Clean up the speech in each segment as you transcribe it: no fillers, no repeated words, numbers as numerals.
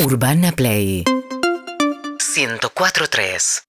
Urbana Play 104.3.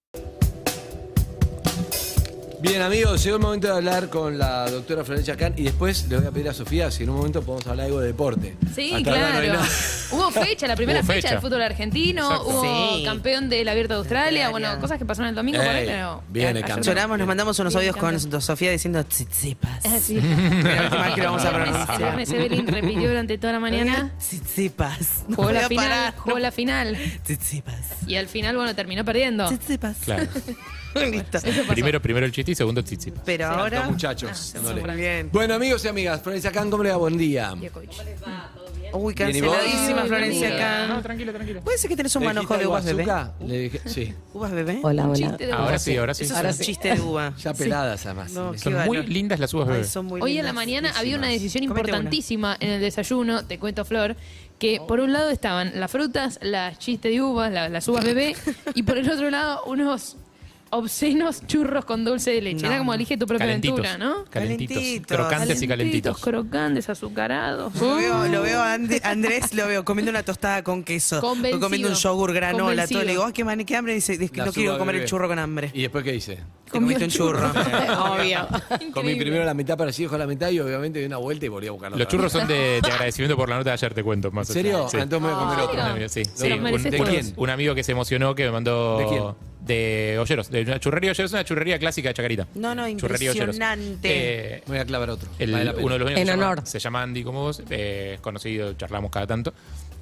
Bien, amigos, llegó el momento de hablar con la doctora Florencia Can y después le voy a pedir a Sofía si en un momento podemos hablar algo de deporte. Sí, Hasta ahora no hay claro. nada. Hubo fecha, la primera fecha del fútbol argentino, Exacto. hubo Sí. campeón del Abierto de Australia, bueno, cosas que pasaron el domingo por ahí, pero... viene ayer campeón. Lloramos, nos mandamos unos Viene audios con campeón. Sofía diciendo tsitsipas. Sí. La última vez que lo vamos a El pronunciar. viernes Evelyn repitió durante toda la mañana, Tsitsipas. No jugó voy la a final, parar. jugó la final, Tsitsipas. y al final, bueno, terminó perdiendo. Tsitsipas. Claro. Listo. Eso pasó. Primero el chiste y segundo tzitzi. Pero Los ahora. muchachos. dándole. Muy bien. Bueno, amigos y amigas, Florencia Can, ¿cómo le va? Buen día. Djokovic. Uy, Bien, ¿y vos? canceladísima Florencia No, acá. Tranquilo. ¿Puede ser que tenés un ¿Le manojo dijiste de algo a uvas bebé? Zucca? Le dije, sí. ¿Uvas bebé? Hola, hola. Chiste de Ahora sí. Eso es Ahora un sí. chiste de uva. Ya peladas además. No, Son qué muy valor. lindas las uvas Ay, bebé. son muy Hoy en la lindas. mañana había una decisión Comete una. importantísima en el desayuno, te cuento, Flor, que por un lado estaban las frutas, las chistes de uvas, las uvas bebé, y por el otro lado unos obscenos churros con dulce de leche. No. Era como elige tu propia Calentitos. aventura, ¿no? Calentitos. Calentitos. Crocantes y calentitos. Crocantes, azucarados. Lo veo a Andrés, lo veo comiendo una tostada con queso. Convencido. O comiendo un yogur granola, Convencido. todo. Le digo, ay, qué hambre. Dice, La no quiero suba comer bebé. el churro con hambre. ¿Y después qué hice? Te comiste un churro. Obvio. Comí primero la mitad para así, con la mitad y obviamente di una vuelta y volví a buscarlo. Los churros son de agradecimiento por la nota de ayer, te cuento más. ¿En serio? Sí. Ah, entonces me voy a comer ¿En otro. serio? Un amigo, sí. Te los mereces ¿De todos. quién? Un amigo que se emocionó que me mandó. ¿De quién? De Olleros, de una churrería Olleros, una churrería clásica de Chacarita. No, Churrería Olleros. impresionante. Me voy a clavar otro. El- Vale la pena. uno de los En honor. se llama Andy como vos, es conocido, charlamos cada tanto.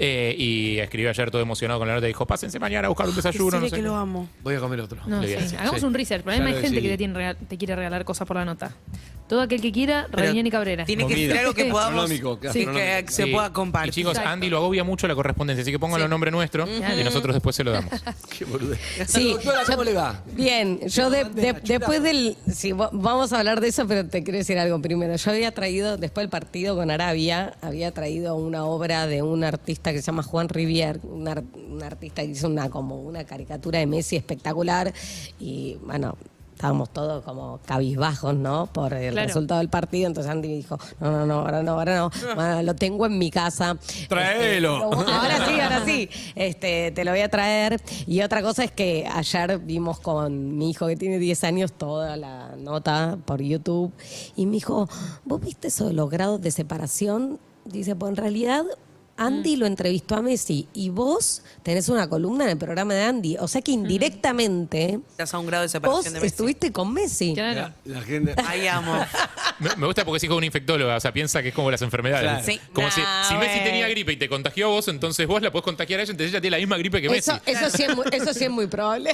Y escribió ayer todo emocionado con la nota y dijo, pásense mañana a buscar un desayuno. Sería No sé que qué. lo amo. Voy a comer otro. No, Le voy a sí. decir, Hagamos sí. un research. Pero Ya hay lo gente que decidí. te quiere regalar cosas por la nota. Todo aquel que quiera, Pero Reinier y Cabrera. Tiene que Comida. ser algo que podamos. Gastronómico, Que gastronómico. se Sí. pueda Y compartir. chicos, Exacto. Andy lo agobia mucho la correspondencia, así que pónganlo Sí. nombre nuestro y nosotros después se lo damos. Qué boludo. Sí, Doctora, ¿cómo le va? Bien, yo después del... Sí, vamos a hablar de eso, pero te quiero decir algo primero. Yo había traído, después del partido con Arabia, había traído una obra de un artista que se llama Juan Rivière, un artista que hizo como una caricatura de Messi espectacular y bueno... Estábamos todos como cabizbajos, ¿no? Por el Claro. resultado del partido. Entonces Andy me dijo, no, ahora no. Bueno, lo tengo en mi casa. Tráelo. Ahora sí. Te lo voy a traer. Y otra cosa es que ayer vimos con mi hijo que tiene 10 años toda la nota por YouTube. Y me dijo, ¿vos viste eso de los grados de separación? Dice, pues en realidad... Andy lo entrevistó a Messi y vos tenés una columna en el programa de Andy. O sea que indirectamente Estás a un grado de vos separación de Messi. estuviste con Messi. Claro. La gente. Ay, amo. Me gusta porque es hijo de una infectóloga, o sea, piensa que es como las enfermedades. Claro. Sí. Como si Messi bueno. tenía gripe y te contagió a vos, entonces vos la podés contagiar a ella, entonces ella tiene la misma gripe que Messi. Eso sí es muy probable.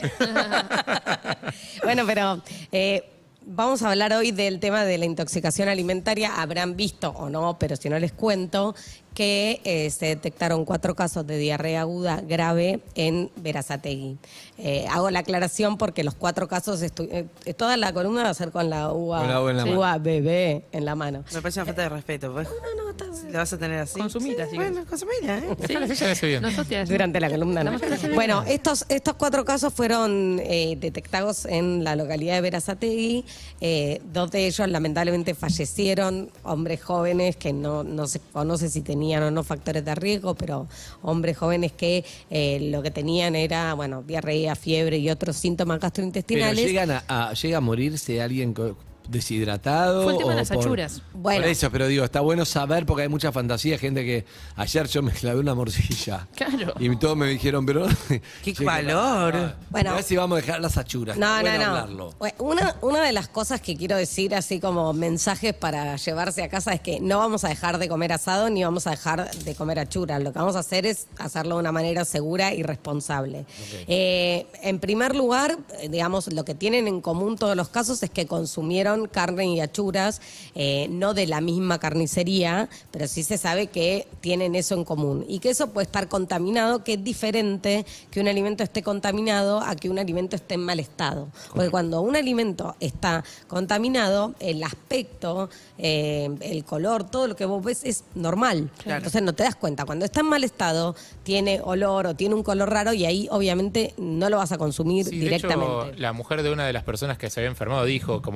Bueno, pero vamos a hablar hoy del tema de la intoxicación alimentaria. Habrán visto o no, pero si no les cuento, que se detectaron 4 casos de diarrea aguda grave en Berazategui. Hago la aclaración porque los 4 casos, toda la columna va a ser con la uva, Con la uva en la mano. uva bebé en la mano. Me parece una falta de respeto. Pues. ¿Le vas a tener así? Consumila, Sí, si bueno, consumila, ¿eh? Ella le hace bien. Nosotros te hacemos. Durante la columna, ¿no? Bueno, estos 4 casos fueron detectados en la localidad de Berazategui. 2 de ellos lamentablemente fallecieron, hombres jóvenes que no se conoce si tenían o no factores de riesgo, pero hombres jóvenes que lo que tenían era, bueno, diarrea, fiebre y otros síntomas Pero gastrointestinales. llega a morirse alguien deshidratado. Fue el tema de o las por- achuras. Bueno. Por eso, pero digo, está bueno saber porque hay mucha fantasía, gente que ayer yo me clavé una morcilla. Claro. Y todos me dijeron, pero. ¡Qué Che, valor! Bueno. A ver si vamos a dejar las achuras. No, Está bueno no. hablarlo. Una de las cosas que quiero decir, así como mensajes para llevarse a casa, es que no vamos a dejar de comer asado ni vamos a dejar de comer achuras. Lo que vamos a hacer es hacerlo de una manera segura y responsable. En primer lugar, digamos, lo que tienen en común todos los casos es que consumieron carne y achuras, no de la misma carnicería, pero sí se sabe que tienen eso en común y que eso puede estar contaminado, que es diferente que un alimento esté contaminado a que un alimento esté en mal estado. Porque cuando un alimento está contaminado, el aspecto, el color, todo lo que vos ves es normal. Claro. Entonces no te das cuenta. Cuando está en mal estado, tiene olor o tiene un color raro y ahí obviamente no lo vas a consumir Sí, de directamente. hecho, la mujer de una de las personas que se había enfermado dijo como que le había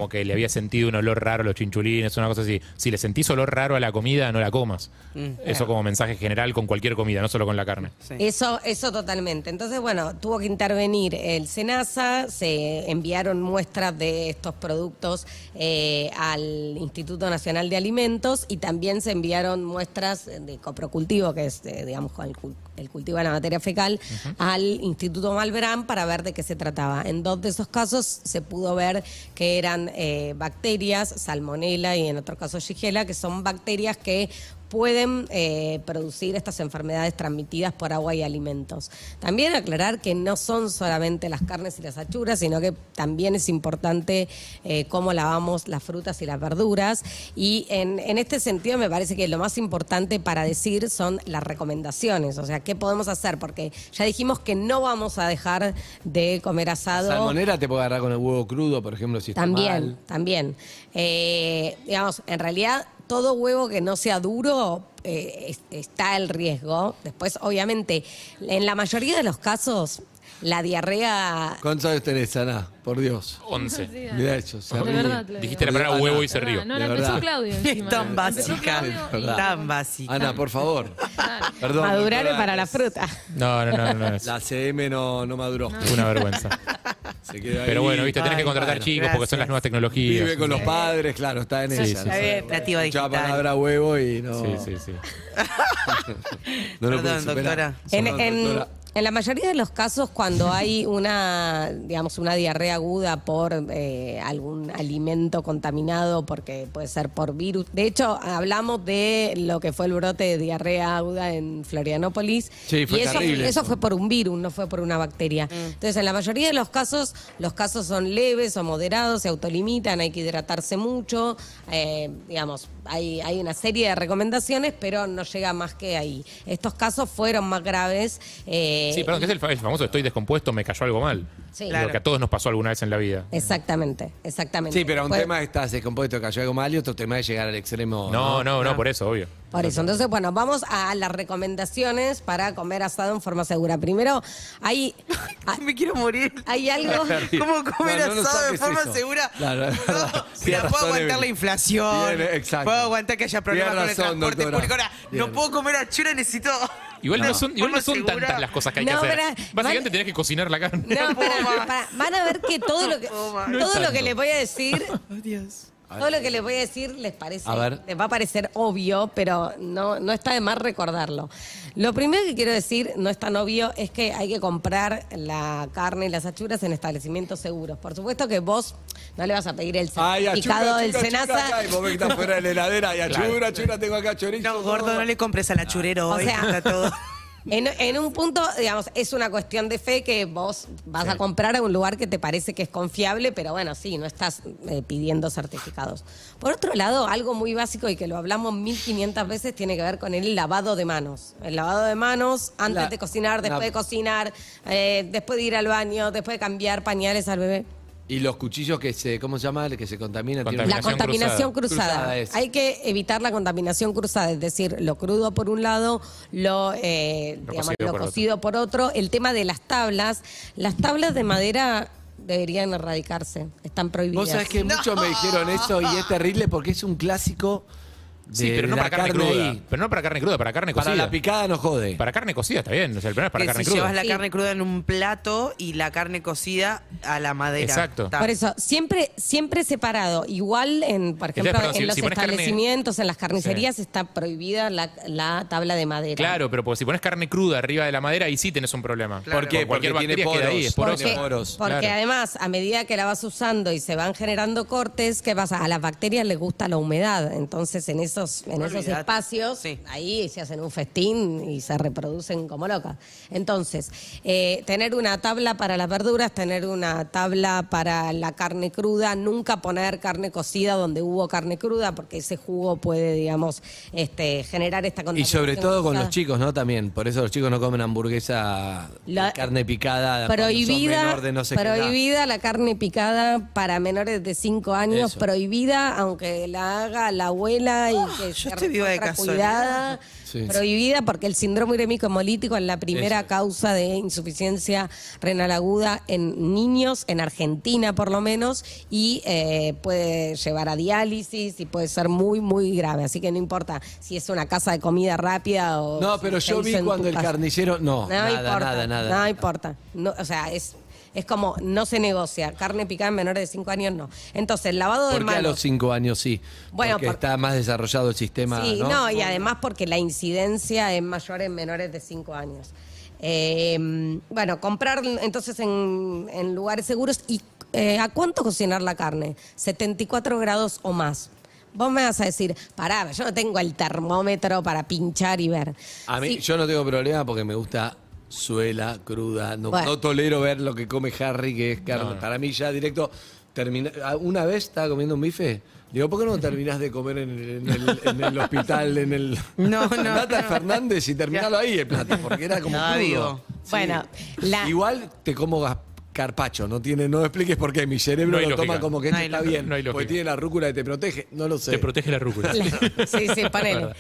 sentido un olor raro a los chinchulines, una cosa así. Si le sentís olor raro a la comida, no la comas. Eso como mensaje general con cualquier comida, no solo con la carne. Sí. Eso totalmente. Entonces, bueno, tuvo que intervenir el SENASA, se enviaron muestras de estos productos al Instituto Nacional de Alimentos y también se enviaron muestras de coprocultivo, que es, digamos, el cultivo de la materia fecal, al Instituto Malbrán para ver de qué se trataba. En 2 de esos casos se pudo ver que eran bacterias, Salmonella y en otro caso Shigella, que son bacterias que pueden producir estas enfermedades transmitidas por agua y alimentos. También aclarar que no son solamente las carnes y las achuras, sino que también es importante cómo lavamos las frutas y las verduras. Y en este sentido me parece que lo más importante para decir son las recomendaciones, o sea, qué podemos hacer, porque ya dijimos que no vamos a dejar de comer asado. Salmonera te puede agarrar con el huevo crudo, por ejemplo, si está mal. También. Digamos, en realidad, todo huevo que no sea duro está el riesgo. Después, obviamente, en la mayoría de los casos, la diarrea... ¿Cuántos años tenés, Ana? Por Dios. 11. Sí, Mirá eso. se de ríe. verdad te lo Dijiste la digo. palabra huevo y se rió. No, De la verdad. empezó Claudio encima. Tan Empezó básica, Claudio y- tan básica. Ana, por favor. Claro. Perdón. Madurar doctora, para la fruta. No, es La CM no maduró. una vergüenza. Se quedó ahí. Pero bueno, viste, tenés que Ay, contratar bueno, chicos porque son las gracias. nuevas tecnologías. Vive con los padres, claro, está en Sí, esa. sí, no sí. sé. Está bien, nativa Escuchaba digital. palabra huevo y no. Sí. No lo pude Perdón, superar. doctora. Perdón, doctora. En la mayoría de los casos, cuando hay una diarrea aguda por algún alimento contaminado, porque puede ser por virus. De hecho, hablamos de lo que fue el brote de diarrea aguda en Florianópolis. Sí, fue y eso, terrible eso eso. fue por un virus, no fue por una bacteria. Entonces, en la mayoría de los casos son leves o moderados, se autolimitan, hay que hidratarse mucho. Digamos, hay una serie de recomendaciones, pero no llega más que ahí. Estos casos fueron más graves. Sí, perdón, que es el famoso estoy descompuesto, me cayó algo mal. Sí. Lo Claro. que a todos nos pasó alguna vez en la vida. Exactamente. Sí, pero un Pues- tema estás descompuesto, cayó algo mal y otro tema es llegar al extremo. No, por eso, obvio. Por eso, entonces, bueno, vamos a las recomendaciones para comer asado en forma segura. Primero, hay Me quiero morir. algo... ¿Cómo comer No, no asado de saques forma eso. segura? Claro, es verdad. No, Tienes mira, puedo razón, aguantar Evelyn. la inflación. Bien, exacto. Puedo aguantar que haya problemas Tienes con el razón, transporte doctora. público. Ahora, Bien. no puedo comer achura, necesito... Igual no son forma segura. tantas las cosas que hay que No, hacer. pero- Básicamente tenés que cocinar la carne. No, puedo más. van a ver que todo lo que, puedo más. No es todo lo que tanto. les voy a decir... Oh, Dios. Todo lo que les voy a decir les parece, A ver. les va a parecer obvio, pero no está de más recordarlo. Lo primero que quiero decir, no es tan obvio, es que hay que comprar la carne y las achuras en establecimientos seguros. Por supuesto que vos no le vas a pedir el Ay, certificado del SENASA. acá, y vos ves que estás fuera de la heladera y achura, tengo acá chorizo. No, gordo, no le compres al achurero O hoy. sea- Está todo... En un punto, digamos, es una cuestión de fe que vos vas a comprar a un lugar que te parece que es confiable, pero bueno, sí, no estás pidiendo certificados. Por otro lado, algo muy básico y que lo hablamos 1500 veces tiene que ver con el lavado de manos. El lavado de manos antes de cocinar, después de cocinar, después de ir al baño, después de cambiar pañales al bebé. Y los cuchillos que se, ¿cómo se llama? Que se contaminan. tienen- La contaminación cruzada. Cruzada es. Hay que evitar la contaminación cruzada, es decir, lo crudo por un lado, lo cocido por otro. El tema de las tablas de madera deberían erradicarse, están prohibidas. Vos sabés que muchos me dijeron eso y es terrible porque es un clásico de, Sí, pero no de para la carne carne cruda. ahí. Pero no para carne cruda, para carne cocida. Para la picada no jode. Para carne cocida está bien. O sea, el problema es para que carne si cruda. llevas la Sí. carne cruda en un plato y la carne cocida a la madera. Exacto. Está. Por eso, siempre separado. Igual, por ejemplo, perdón, en los si pones carne- establecimientos, en las carnicerías, está prohibida la tabla de madera. Claro, pero porque si pones carne cruda arriba de la madera, ahí sí tenés un problema. Claro. ¿Por qué? Cualquier Porque tiene bacteria queda ahí, es poros. poroso. Tiene poros. Porque Claro. además, a medida que la vas usando y se van generando cortes, ¿qué pasa? A las bacterias les gusta la humedad. Entonces, en esos Olvidate. espacios, Sí. ahí se hacen un festín y se reproducen como locas. Entonces, tener una tabla para las verduras, tener una tabla para la carne cruda, nunca poner carne cocida donde hubo carne cruda, porque ese jugo puede, digamos, generar esta Y contaminación sobre todo con cruzada. los chicos, ¿no? También. Por eso los chicos no comen hamburguesa de La- carne picada. cuando son Prohibida, menor de no sé qué edad. prohibida la carne picada para menores de 5 años, Eso. prohibida, aunque la haga la abuela y que yo ser estoy viva de cuidada, Sí. prohibida, porque el síndrome urémico hemolítico es la primera Eso. causa de insuficiencia renal aguda en niños, en Argentina por lo menos, y puede llevar a diálisis y puede ser muy, muy grave. Así que no importa si es una casa de comida rápida o... No, si pero se yo hizo vi en cuando tu el casa. carnicero. No, No nada, importa, nada. no importa. No, o sea, es como no se negocia. Carne picada en menores de 5 años no. Entonces, lavado de Porque a manos. los 5 años sí. Bueno, porque está más desarrollado el sistema. Sí, ¿no? no, y además porque la incidencia es mayor en menores de 5 años. Bueno, comprar entonces en lugares seguros. ¿Y a cuánto cocinar la carne? 74 grados o más. Vos me vas a decir, pará, yo no tengo el termómetro para pinchar y ver. A mí, Sí. yo no tengo problema porque me gusta suela, cruda. No, Bueno. no tolero ver lo que come Harry, que es carne. No. Para mí ya directo termina. Una vez estaba comiendo un bife. Digo, ¿por qué no terminás de comer en el hospital, en el... No, no, Nata no. Fernández y terminalo ahí el plato, porque era como Nada crudo. vivo. Sí. Bueno, Igual te como carpacho, no expliques por qué. Mi cerebro No hay lo toma lógica. como que No esto hay está lógica. bien, No hay porque lógica. tiene la rúcula que te protege, no lo sé. Te protege la rúcula. Sí, ponele.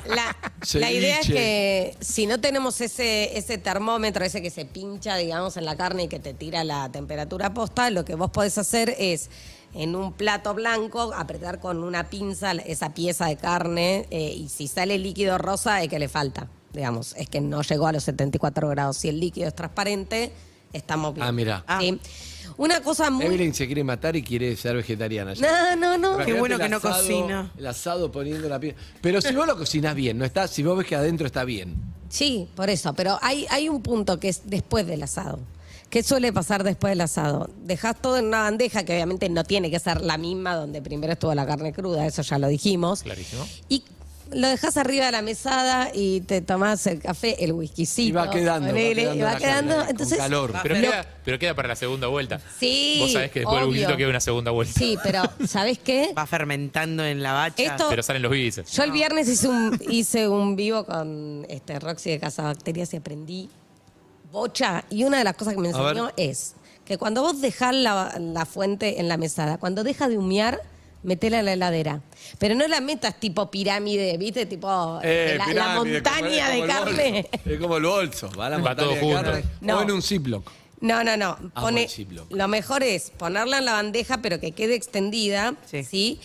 La idea es Ceviche. que si no tenemos ese termómetro, ese que se pincha, digamos, en la carne y que te tira la temperatura posta, lo que vos podés hacer es, en un plato blanco, apretar con una pinza esa pieza de carne y si sale líquido rosa es que le falta, digamos, es que no llegó a los 74 grados. Si el líquido es transparente, estamos bien. Ah, mirá. ¿Sí? Una cosa muy... Evelyn se quiere matar y quiere ser vegetariana. ya. No. Imagínate bueno el que no asado, cocina. El asado poniendo la piel. Pero si vos lo cocinás bien, no está, si vos ves que adentro está bien. Sí, por eso, pero hay un punto que es después del asado. ¿Qué suele pasar después del asado? Dejás todo en una bandeja que obviamente no tiene que ser la misma donde primero estuvo la carne cruda, eso ya lo dijimos. Clarísimo. Y lo dejás arriba de la mesada y te tomás el café, el whiskycito. Y va quedando, ponele, y va la quedando. carne, con Entonces, calor. Pero queda para la segunda vuelta. Sí, Vos sabés que después del obvio. whisky queda una segunda vuelta. Sí, pero ¿sabés qué? Va fermentando en la bacha. Esto- Pero salen los bices. Yo el viernes hice un vivo con Roxy de Casa Bacterias y aprendí bocha. Y una de las cosas que me A ver. enseñó es que cuando vos dejás la fuente en la mesada, cuando deja de humear, metela en la heladera. Pero no la metas tipo pirámide, ¿viste? Tipo la pirámide, montaña como de el carne. bolso. Es como el bolso, va a la Va montaña todo de junto. carne. No. O en un Ziploc. No. Amo el Ziploc. Lo mejor es ponerla en la bandeja, pero que quede extendida, Sí. ¿sí?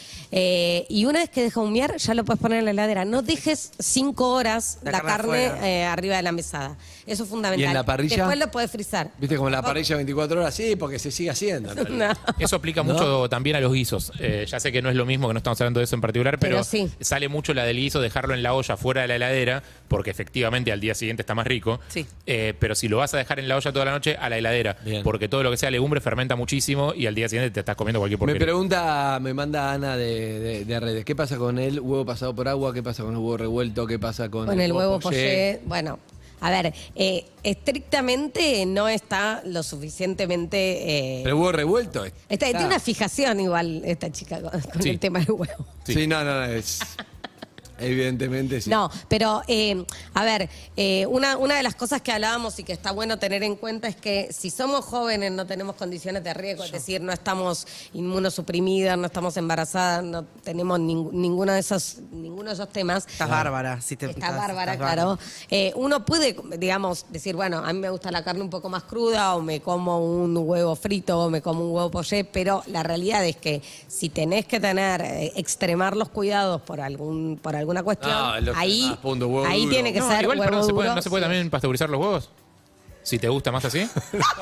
Y una vez que deja humear, ya lo puedes poner en la heladera. No dejes 5 horas La la carne carne arriba de la mesada. Eso es fundamental. ¿Y en la parrilla? Después lo puedes frizar. ¿Viste como la parrilla 24 horas? Sí, porque se sigue haciendo. en realidad. No. Eso aplica ¿No? mucho también a los guisos. Ya sé que no es lo mismo, que no estamos hablando de eso en particular, pero, Pero sí. sale mucho la del guiso, dejarlo en la olla fuera de la heladera, porque efectivamente al día siguiente está más rico. Sí. Pero si lo vas a dejar en la olla toda la noche, a la heladera. Bien. Porque todo lo que sea legumbre fermenta muchísimo y al día siguiente te estás comiendo cualquier Me porquería. me manda Ana de redes, ¿qué pasa con el huevo pasado por agua? ¿Qué pasa con el huevo revuelto? ¿Qué pasa con El huevo poché? poché, bueno, a ver, estrictamente no está lo suficientemente... ¿Pero el huevo revuelto? Tiene una fijación igual esta chica con Sí. el tema del huevo. Sí, no, es... Evidentemente sí. No, pero a ver, una de las cosas que hablábamos y que está bueno tener en cuenta es que si somos jóvenes no tenemos condiciones de riesgo, es decir, no estamos inmunosuprimidas, no estamos embarazadas, no tenemos ninguno de esos temas. Estás bárbara. Si te, Está estás- bárbara, estás claro. Uno puede, digamos, decir, bueno, a mí me gusta la carne un poco más cruda o me como un huevo frito o me como un huevo poché, pero la realidad es que si tenés que extremar los cuidados por alguna cuestión, No, lo ahí extremás, punto, huevo ahí duro. tiene que No, ser igual, huevo perdón, duro. ¿no se puede también pasteurizar los huevos? Si te gusta más así.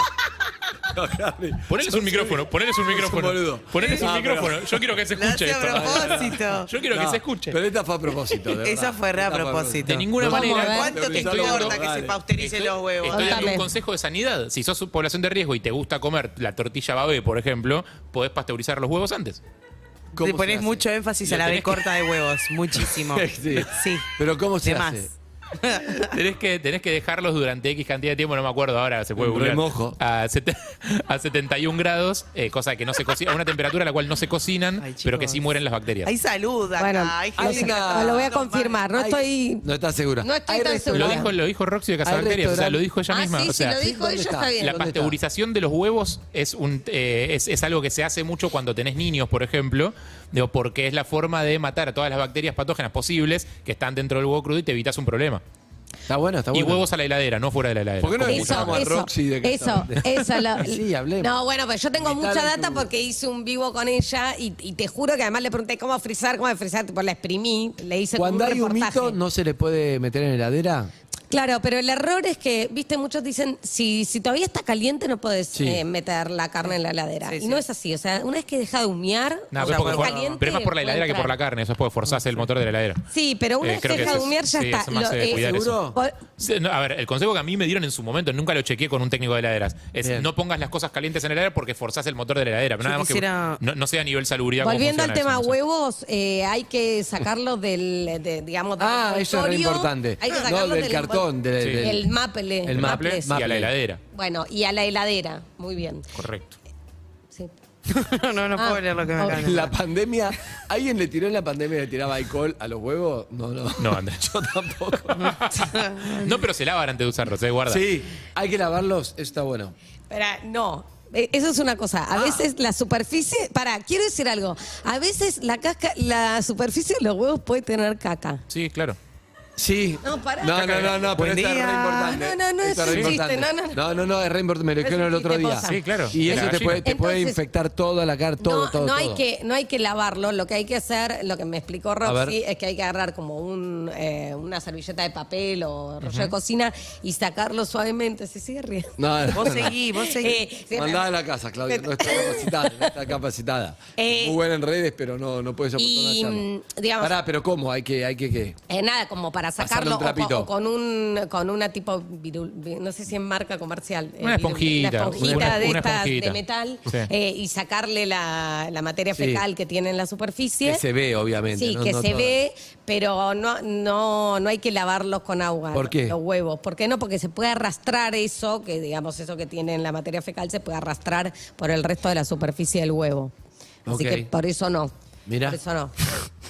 Poneles un micrófono, poneles un micrófono. boludo. Poneles un No, pero- micrófono. Yo quiero que se Lo escuche hace esto. a propósito. Yo quiero que No, se escuche. Pero esta fue a propósito, de verdad. Esa fue re a Esta fue propósito. De ninguna Vamos a manera. ver. ¿Cuánto te Estoy importa dando- que se dale. pasteuricen los huevos? Estoy dando Contame. un consejo de sanidad. Si sos población de riesgo y te gusta comer la tortilla babé, por ejemplo, podés pasteurizar los huevos antes. ¿Cómo Le se pones hace? mucho énfasis a Lo la B tenés que- corta de huevos. Muchísimo. Sí. Sí. Pero ¿cómo se De más. hace? tenés que dejarlos durante X cantidad de tiempo, no me acuerdo ahora, se puede En googlear. remojo. A 71 grados, cosa que no se cocina, a una temperatura a la cual no se cocinan, Ay, chicos. pero que sí mueren las bacterias. Hay salud acá. Bueno, hay no gente sé, que está lo voy a normal. confirmar. No Hay- estoy. No estás segura. No estoy Hay tan restaurantes- segura. Lo dijo Roxy de Casa Hay Bacterias, o sea, lo dijo ella Ah, misma. sí, o sea, si lo dijo ¿dónde ella, está? está bien. la ¿Dónde está? pasteurización de los huevos es algo que se hace mucho cuando tenés niños, por ejemplo, porque es la forma de matar a todas las bacterias patógenas posibles que están dentro del huevo crudo y te evitas un problema. Está bueno, está Y bueno. huevos a la heladera, no fuera de la heladera. ¿Por qué no Como escuchamos a Roxy de que eso. Sí, hablemos. No, bueno, pues yo tengo Invitala mucha a data tu- porque hice un vivo con ella y te juro que además le pregunté cómo frizar, tipo la exprimí, le hice como Cuando un hay reportaje. humito, ¿no se le puede meter en heladera? Claro, pero el error es que, viste, muchos dicen, si todavía está caliente no puedes Sí. meter la carne en la heladera. Sí, y sí. no es así, o sea, una vez que deja de humear, No, O pero, sea, es porque puede- por- pero es más por la heladera que por la carne, eso es porque forzás el motor de la heladera. Sí, pero una vez que creo que deja de ese es- humear ya sí, está. es más de cuidar eso. ¿Seguro? Por- Sí, no, a ver, el consejo que a mí me dieron en su momento, nunca lo chequeé con un técnico de heladeras, es Bien. no pongas las cosas calientes en la heladera porque forzás el motor de la heladera. Pero Yo nada más quisiera- que no sea a nivel salubridad. cómo Volviendo al funciona tema eso, no sé. huevos, hay que sacarlo digamos, del Ah, eso es re envoltorio. importante. Hay que No, sacarlo del cartón, Sí. El maple. El maple, Y a la heladera. Bueno, y a la heladera. Muy bien. Correcto. Sí. no puedo leer lo que me ok. acaban de En la mandar. pandemia, ¿alguien le tiró en la pandemia y le tiraba alcohol a los huevos? No. No, Andrés. Yo tampoco. No, pero se lavan antes de usarlos, guarda. Sí, hay que lavarlos, eso está bueno. Espera, no. Eso es una cosa. A veces la superficie. Quiero decir algo. A veces la superficie de los huevos puede tener caca. Sí, claro. Sí. No, pará. No, pero Buen esto es re día. importante. No, Esto es re un chiste, importante. no. No, es re importante. Me lo Es dijeron un el otro chiste, día. posta. Sí, claro. Y La eso te gallina. puede Entonces, infectar toda la cara, todo, todo. no todo. hay que lavarlo. Lo que hay que hacer, lo que me explicó ver. Roxy, es que hay que agarrar como una servilleta de papel o rollo de cocina y sacarlo suavemente. Se sigue riendo. No, Vos seguí. Sí, Mandá a la casa, Claudia. No está capacitada. Muy buena en redes, pero no puede soportar y, una charla. digamos- Pará, pero ¿cómo? Hay que ¿qué? Nada, como para Pasarle sacarlo un trapito. o con una tipo, no sé si en marca comercial. Una esponjita, Una esponjita de una estas esponjita. de metal Sí. y sacarle la materia Sí. fecal que tiene en la superficie. Que se ve, obviamente. Sí, no- que no se todo. ve, pero no hay que lavarlos con agua. ¿Por qué? Los huevos. ¿Por qué no? Porque se puede arrastrar eso, que digamos eso que tiene en la materia fecal, se puede arrastrar por el resto de la superficie del huevo. Así Ok. que por eso no. Mirá. Por eso no.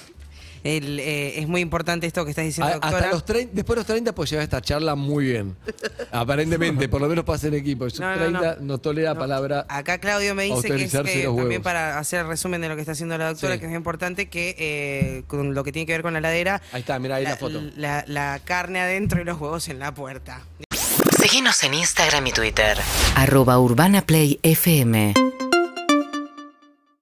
Es muy importante esto que estás diciendo, Hasta doctora. los 30, después de los 30 pues llevar esta charla muy bien. Aparentemente, por lo menos pasa en equipo. Sub 30 no tolera palabra. Acá Claudio me dice que es autorizarse los también huevos. para hacer el resumen de lo que está haciendo la doctora, Sí. que es muy importante que con lo que tiene que ver con la heladera, Ahí está, mirá ahí la foto. la carne adentro y los huevos en la puerta. Síguenos en Instagram y Twitter. @UrbanaPlayFM